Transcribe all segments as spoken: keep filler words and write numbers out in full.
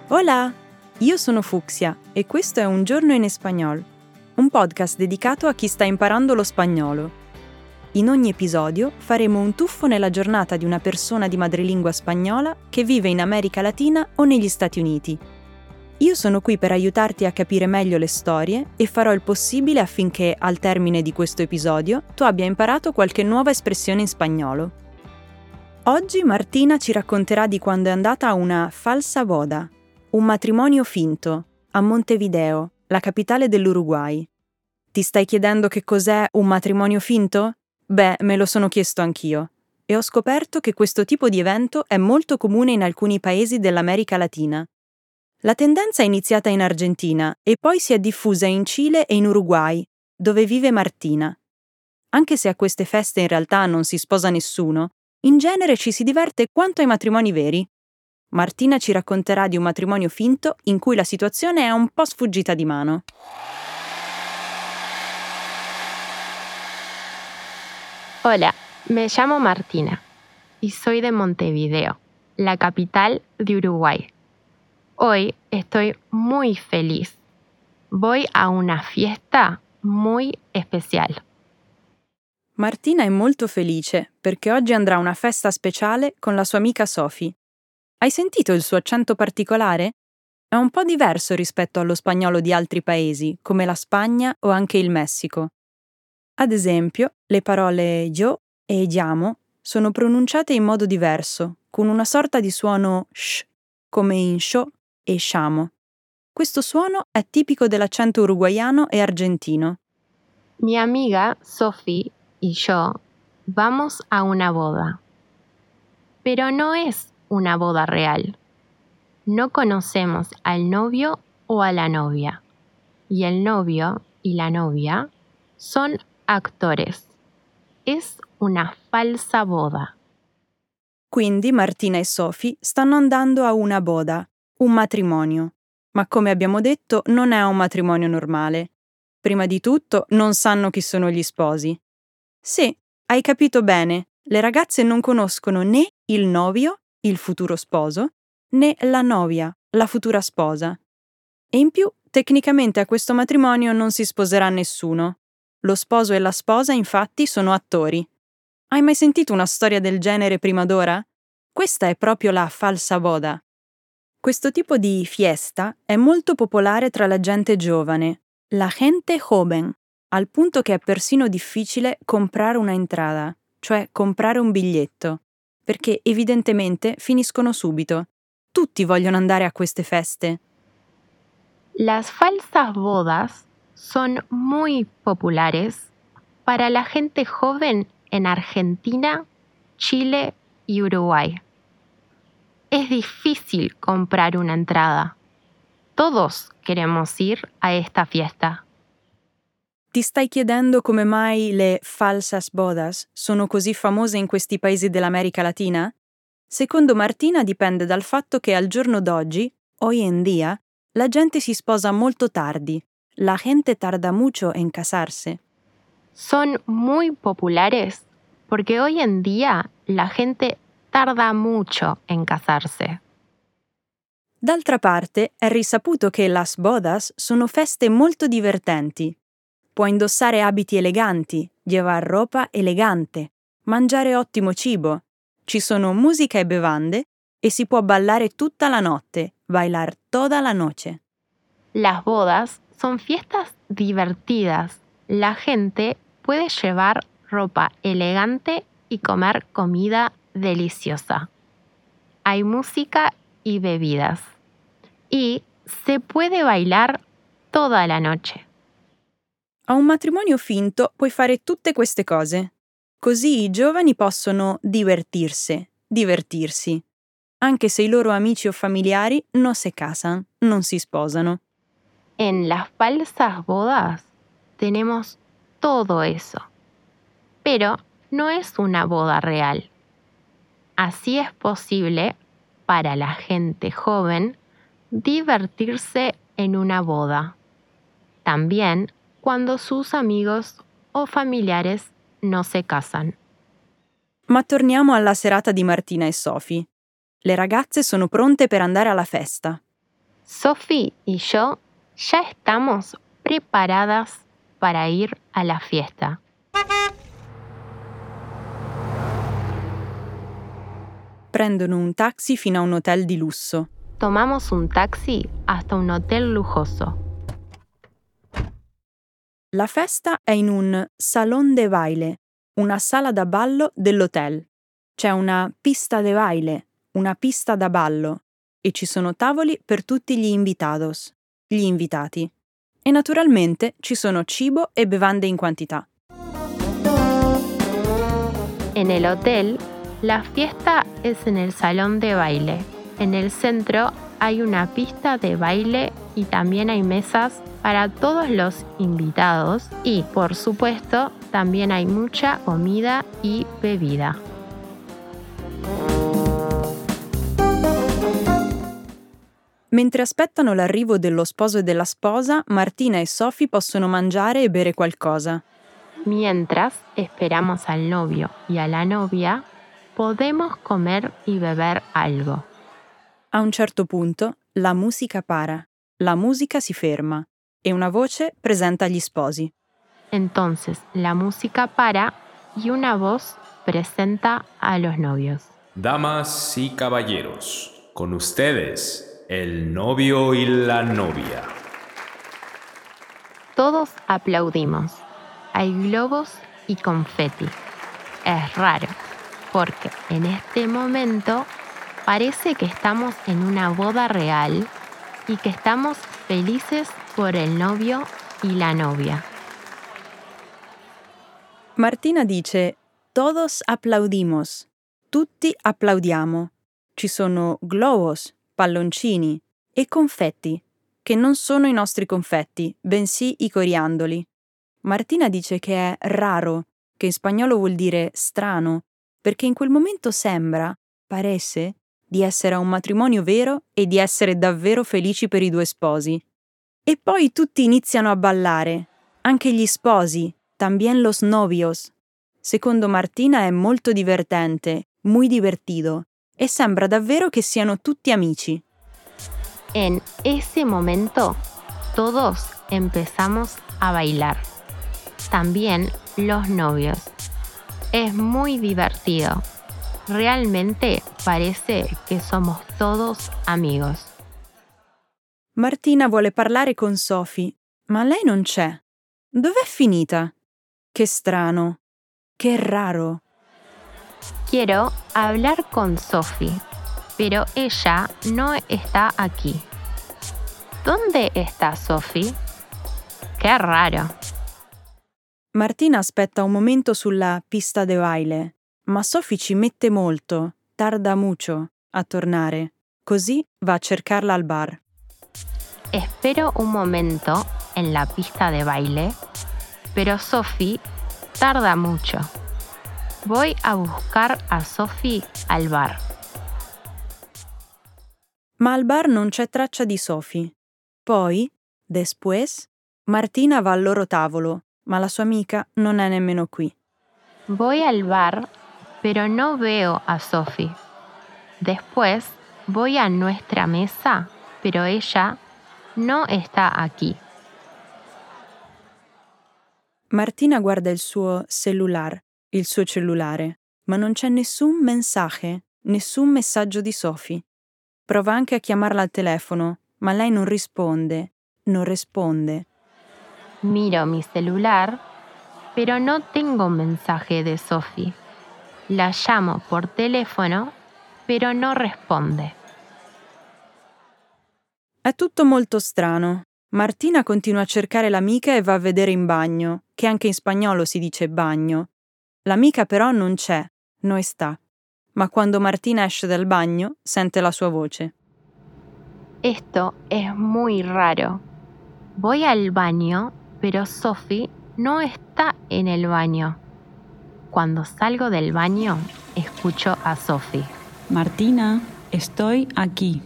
Hola! Io sono Fucsia e questo è Un giorno in espagnol, un podcast dedicato a chi sta imparando lo spagnolo. In ogni episodio faremo un tuffo nella giornata di una persona di madrelingua spagnola che vive in America Latina o negli Stati Uniti. Io sono qui per aiutarti a capire meglio le storie e farò il possibile affinché, al termine di questo episodio, tu abbia imparato qualche nuova espressione in spagnolo. Oggi Martina ci racconterà di quando è andata a una falsa boda, un matrimonio finto, a Montevideo, la capitale dell'Uruguay. Ti stai chiedendo che cos'è un matrimonio finto? Beh, me lo sono chiesto anch'io. E ho scoperto che questo tipo di evento è molto comune in alcuni paesi dell'America Latina. La tendenza è iniziata in Argentina e poi si è diffusa in Cile e in Uruguay, dove vive Martina. Anche se a queste feste in realtà non si sposa nessuno, in genere ci si diverte quanto ai matrimoni veri. Martina ci racconterà di un matrimonio finto in cui la situazione è un po' sfuggita di mano. Hola, me llamo Martina y soy de Montevideo, la capital de Uruguay. Hoy estoy muy feliz. Voy a una fiesta muy especial. Martina è molto felice perché oggi andrà a una festa speciale con la sua amica Sophie. Hai sentito il suo accento particolare? È un po' diverso rispetto allo spagnolo di altri paesi, come la Spagna o anche il Messico. Ad esempio, le parole yo e llamo sono pronunciate in modo diverso, con una sorta di suono sh, come in show e sciamo. Questo suono è tipico dell'accento uruguaiano e argentino. Mi amiga Sophie y yo vamos a una boda. Pero no es una boda real. No conocemos al novio o a la novia. Y el novio y la novia son actores. Es una falsa boda. Quindi Martina e Sophie stanno andando a una boda, un matrimonio. Ma come abbiamo detto, non è un matrimonio normale. Prima di tutto, non sanno chi sono gli sposi. Sì, hai capito bene, le ragazze non conoscono né il novio, il futuro sposo, né la novia, la futura sposa. E in più, tecnicamente a questo matrimonio non si sposerà nessuno. Lo sposo e la sposa, infatti, sono attori. Hai mai sentito una storia del genere prima d'ora? Questa è proprio la falsa boda. Questo tipo di fiesta è molto popolare tra la gente giovane, la gente joven, al punto che è persino difficile comprare una entrada, cioè comprare un biglietto, perché evidentemente finiscono subito. Tutti vogliono andare a queste feste. Las falsas bodas son muy populares para la gente joven en Argentina, Chile y Uruguay. Es difícil comprar una entrada. Todos queremos ir a esta fiesta. Ti stai chiedendo come mai le falsas bodas sono così famose in questi paesi dell'America Latina? Secondo Martina dipende dal fatto che al giorno d'oggi, hoy en día, la gente si sposa molto tardi. La gente tarda mucho en casarse. Son muy populares porque hoy en día la gente tarda mucho en casarse. D'altra parte, è risaputo che las bodas sono feste molto divertenti. Puoi indossare abiti eleganti, llevar ropa elegante, mangiare ottimo cibo, ci sono musica e bevande e si può ballare tutta la notte, bailar toda la noche. Las bodas son fiestas divertidas. La gente puede llevar ropa elegante y comer comida deliciosa. Hay música y bebidas. Y se puede bailar toda la noche. A un matrimonio finto puoi fare tutte queste cose. Così i giovani possono divertirsi, divertirsi, anche se i loro amici o familiari non se casan, non si sposano. En las falsas bodas tenemos todo eso. Pero no es una boda real. Así es posible para la gente joven divertirse en una boda. También cuando sus amigos o familiares no se casan. Ma torniamo alla serata di Martina e Sophie. Le ragazze sono pronte per andare alla festa. Sophie y yo ya estamos preparadas para ir a la fiesta. Prendono un taxi fino a un hotel di lusso. Tomamos un taxi hasta un hotel lujoso. La festa è in un salón de baile, una sala da ballo dell'hotel. C'è una pista de baile, una pista da ballo, e ci sono tavoli per tutti gli invitados, gli invitati. E naturalmente ci sono cibo e bevande in quantità. En el hotel, la fiesta es en el salón de baile. En el centro hay una pista de baile y también hay mesas para todos los invitados y, por supuesto, también hay mucha comida y bebida. Mentre aspettano l'arrivo dello sposo e della sposa, Martina e Sophie possono mangiare e bere qualcosa. Mientras esperamos al novio y a la novia, podemos comer y beber algo. A un certo punto, la musica para, la musica si ferma e una voce presenta gli sposi. Entonces la música para y una voz presenta a los novios. Damas y caballeros, con ustedes, el novio y la novia. Todos aplaudimos. Hay globos y confeti. Es raro, porque en este momento parece que estamos en una boda real y que estamos felices por el novio y la novia. Martina dice: Todos aplaudimos. Tutti applaudiamo. Ci sono globos, palloncini e confetti, che non sono i nostri confetti, bensì i coriandoli. Martina dice che è raro, che in spagnolo vuol dire strano, perché in quel momento sembra, parece, di essere a un matrimonio vero e di essere davvero felici per i due sposi. E poi tutti iniziano a ballare, anche gli sposi, también los novios. Secondo Martina è molto divertente, muy divertido, e sembra davvero che siano tutti amici. En ese momento, todos empezamos a bailar. También los novios. Es muy divertido. Realmente parece que somos todos amigos. Martina vuole parlare con Sophie, ma lei non c'è. Dov'è finita? Che strano. Che raro. Quiero hablar con Sophie, pero ella no está aquí. ¿Dónde está Sophie? Qué raro. Martina aspetta un momento sulla pista de baile, ma Sophie ci mette molto, tarda mucho, a tornare. Così va a cercarla al bar. Espero un momento en la pista de baile, pero Sophie tarda mucho. Voy a buscar a Sophie al bar. Ma al bar non c'è traccia di Sophie. Poi, después, Martina va al loro tavolo, ma la sua amica non è nemmeno qui. Voy al bar, pero no veo a Sophie. Después voy a nuestra mesa, pero ella no está aquí. Martina guarda il suo cellular, il suo cellulare, ma non c'è nessun mensaje, nessun messaggio di Sophie. Prova anche a chiamarla al telefono, ma lei non risponde, non risponde. Miro mi celular, pero no tengo mensaje de Sophie. La llamo por teléfono, pero no responde. È tutto molto strano. Martina continua a cercare l'amica e va a vedere in bagno, che anche in spagnolo si dice bagno. L'amica però non c'è, no está. Ma quando Martina esce dal bagno, sente la sua voce. Esto es muy raro. Voy al baño, pero Sophie no está en el baño. Cuando salgo del baño, escucho a Sophie. Martina, estoy aquí.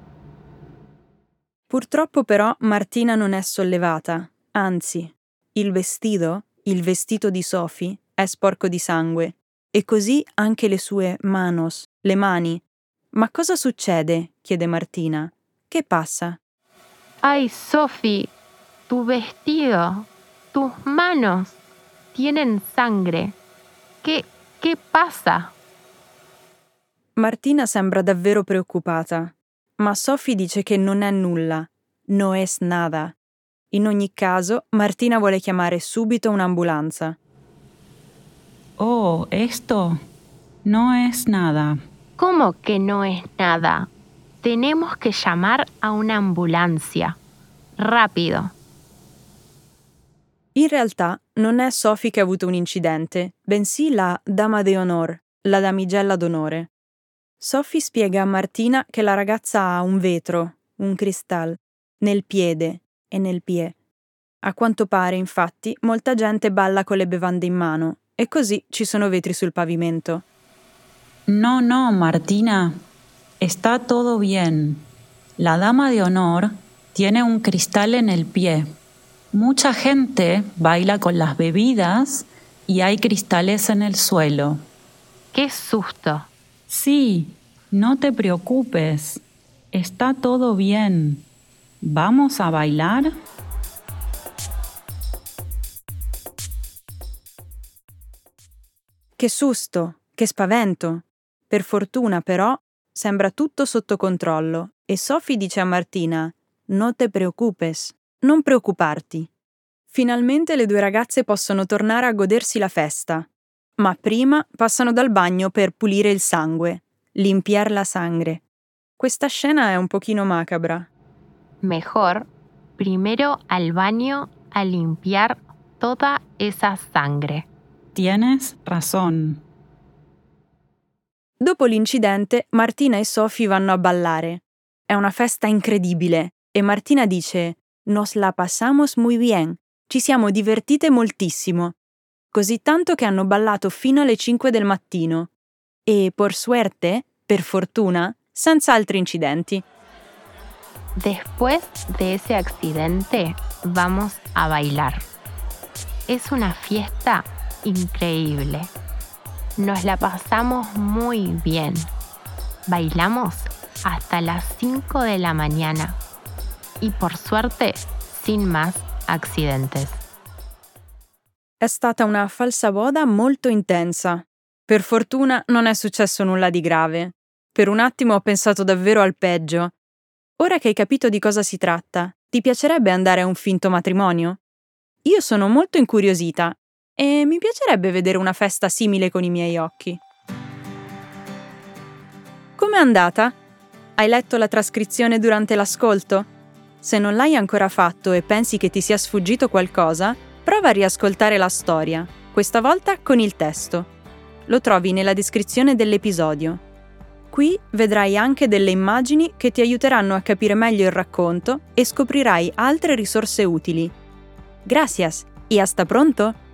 Purtroppo però Martina non è sollevata, anzi, il vestito, il vestito di Sophie, è sporco di sangue, e così anche le sue manos, le mani. Ma cosa succede? Chiede Martina. Che passa? Ay, Sophie, tu vestido, tus manos tienen sangre. ¿Qué, qué pasa? Martina sembra davvero preoccupata, ma Sophie dice che non è nulla, no es nada. In ogni caso, Martina vuole chiamare subito un'ambulanza. Oh, esto no es nada. ¿Cómo que no es nada? Tenemos que llamar a una ambulancia. Rápido. In realtà non è Sophie che ha avuto un incidente, bensì la dama de honor, la damigella d'onore. Sophie spiega a Martina che la ragazza ha un vetro, un cristal, nel piede e nel pie. A quanto pare, infatti, molta gente balla con le bevande in mano e così ci sono vetri sul pavimento. No, no, Martina. Está todo bien. La dama de honor tiene un cristal en el pie. Mucha gente baila con las bebidas y hay cristales en el suelo. ¡Qué susto! Sí, no te preocupes. Está todo bien. ¿Vamos a bailar? Che susto, che spavento. Per fortuna, però, sembra tutto sotto controllo e Sophie dice a Martina: «No te preocupes, non preoccuparti». Finalmente le due ragazze possono tornare a godersi la festa, ma prima passano dal bagno per pulire il sangue, limpiar la sangre. Questa scena è un pochino macabra. Mejor, primero al baño a limpiar toda esa sangre. Tienes razón. Dopo l'incidente, Martina e Sophie vanno a ballare. È una festa incredibile e Martina dice: «Nos la pasamos muy bien, ci siamo divertite moltissimo». Così tanto che hanno ballato fino alle cinque del mattino. E, por suerte, per fortuna, senza altri incidenti. Después de ese accidente, vamos a bailar. Es una fiesta increíble. Nos la pasamos muy bien. Bailamos hasta las cinco de la mañana. Y por suerte, sin más accidentes. È stata una falsa boda molto intensa. Per fortuna non è successo nulla di grave. Per un attimo ho pensato davvero al peggio. Ora che hai capito di cosa si tratta, ti piacerebbe andare a un finto matrimonio? Io sono molto incuriosita e mi piacerebbe vedere una festa simile con i miei occhi. Com'è andata? Hai letto la trascrizione durante l'ascolto? Se non l'hai ancora fatto e pensi che ti sia sfuggito qualcosa, prova a riascoltare la storia, questa volta con il testo. Lo trovi nella descrizione dell'episodio. Qui vedrai anche delle immagini che ti aiuteranno a capire meglio il racconto e scoprirai altre risorse utili. Gracias y hasta pronto!